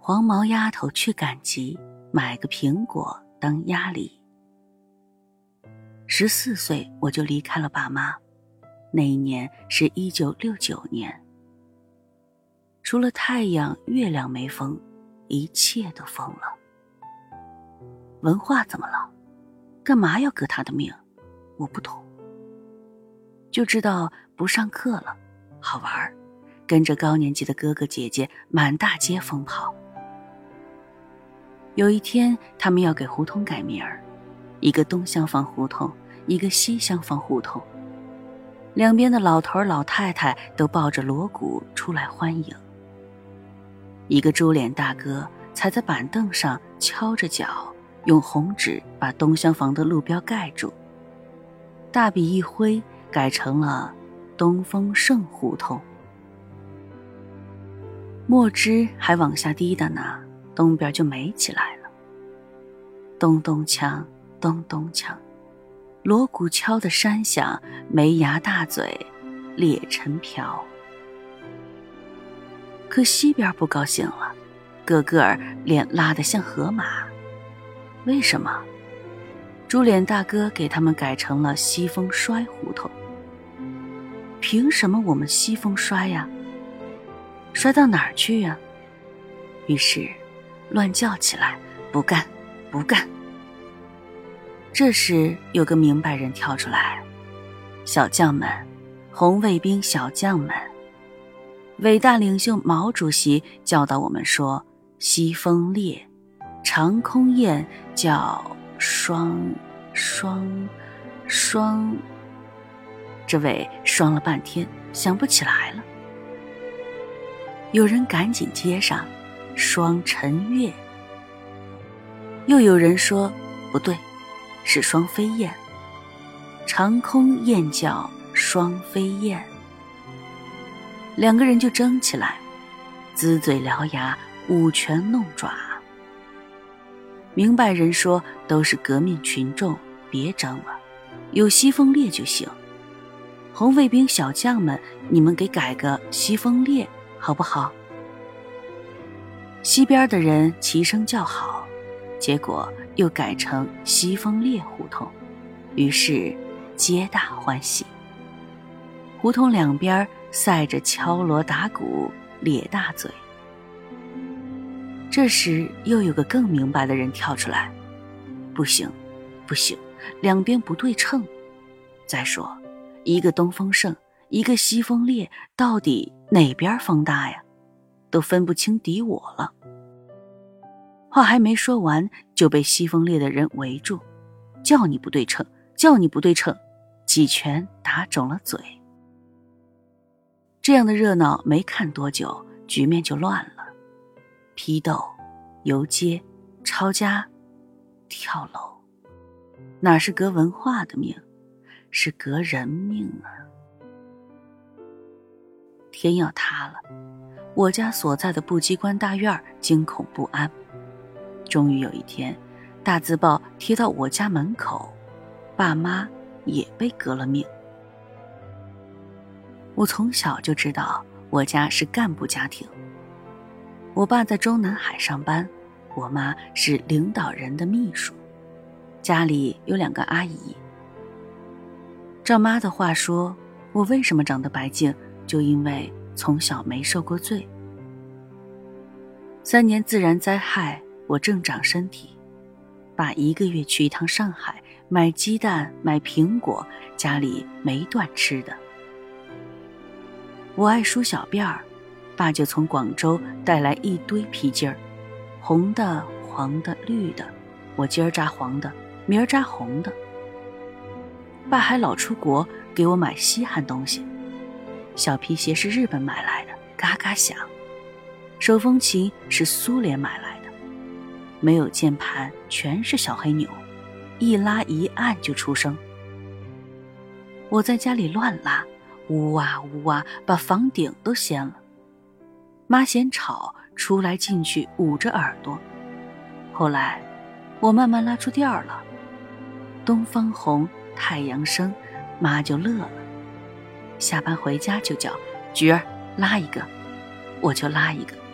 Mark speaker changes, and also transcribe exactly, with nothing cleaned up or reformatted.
Speaker 1: 黄毛丫头去赶集，买个苹果当鸭梨。十四岁我就离开了爸妈，那一年是一九六九年。除了太阳月亮没疯，一切都疯了。文化怎么了？干嘛要革他的命？我不懂。就知道不上课了，好玩，跟着高年级的哥哥姐姐满大街疯跑。有一天他们要给胡同改名儿，一个东厢房胡同，一个西厢房胡同，两边的老头老太太都抱着锣鼓出来欢迎。一个猪脸大哥踩在板凳上敲着脚，用红纸把东厢房的路标盖住，大笔一挥，改成了东风盛胡同。墨汁还往下滴的呢，东边就美起来了。咚咚锵，咚咚锵，锣鼓敲的山响，没牙大嘴，裂尘瓢。可西边不高兴了，个个儿脸拉得像河马。为什么？猪脸大哥给他们改成了西风衰胡同。凭什么我们西风衰呀？衰到哪儿去呀？于是乱叫起来，不干不干。这时有个明白人跳出来，小将们，红卫兵小将们，伟大领袖毛主席教导我们说，西风烈，长空雁叫双双双。这位双了半天想不起来了。有人赶紧接上双晨月，又有人说不对，是双飞燕，长空雁叫双飞燕。两个人就争起来，呲嘴獠牙，舞拳弄爪。明白人说都是革命群众，别争了，有西风烈就行。红卫兵小将们，你们给改个西风烈好不好？西边的人齐声叫好，结果又改成西风烈胡同，于是皆大欢喜。胡同两边赛着敲锣打鼓，咧大嘴。这时又有个更明白的人跳出来，不行不行，两边不对称。再说一个东风盛，一个西风烈，到底哪边风大呀？都分不清敌我了。话还没说完，就被西风烈的人围住，叫你不对称，叫你不对称，几拳打肿了嘴。这样的热闹没看多久，局面就乱了。批斗、游街、抄家、跳楼，哪是革文化的命，是革人命啊！天要塌了，我家所在的部机关大院惊恐不安。终于有一天，大字报贴到我家门口，爸妈也被革了命。我从小就知道我家是干部家庭，我爸在中南海上班，我妈是领导人的秘书，家里有两个阿姨。照妈的话说，我为什么长得白净，就因为从小没受过罪。三年自然灾害，我正长身体，爸一个月去一趟上海，买鸡蛋买苹果，家里没断吃的。我爱梳小辫儿，爸就从广州带来一堆皮筋儿，红的黄的绿的，我今儿扎黄的，明儿扎红的。爸还老出国给我买稀罕东西，小皮鞋是日本买来的，嘎嘎响，手风琴是苏联买来的，没有键盘，全是小黑钮，一拉一按就出声。我在家里乱拉，呜啊呜啊，把房顶都掀了。妈嫌吵，出来进去捂着耳朵。后来我慢慢拉出调了，东方红，太阳升，妈就乐了。下班回家就叫菊儿拉一个，我就拉一个。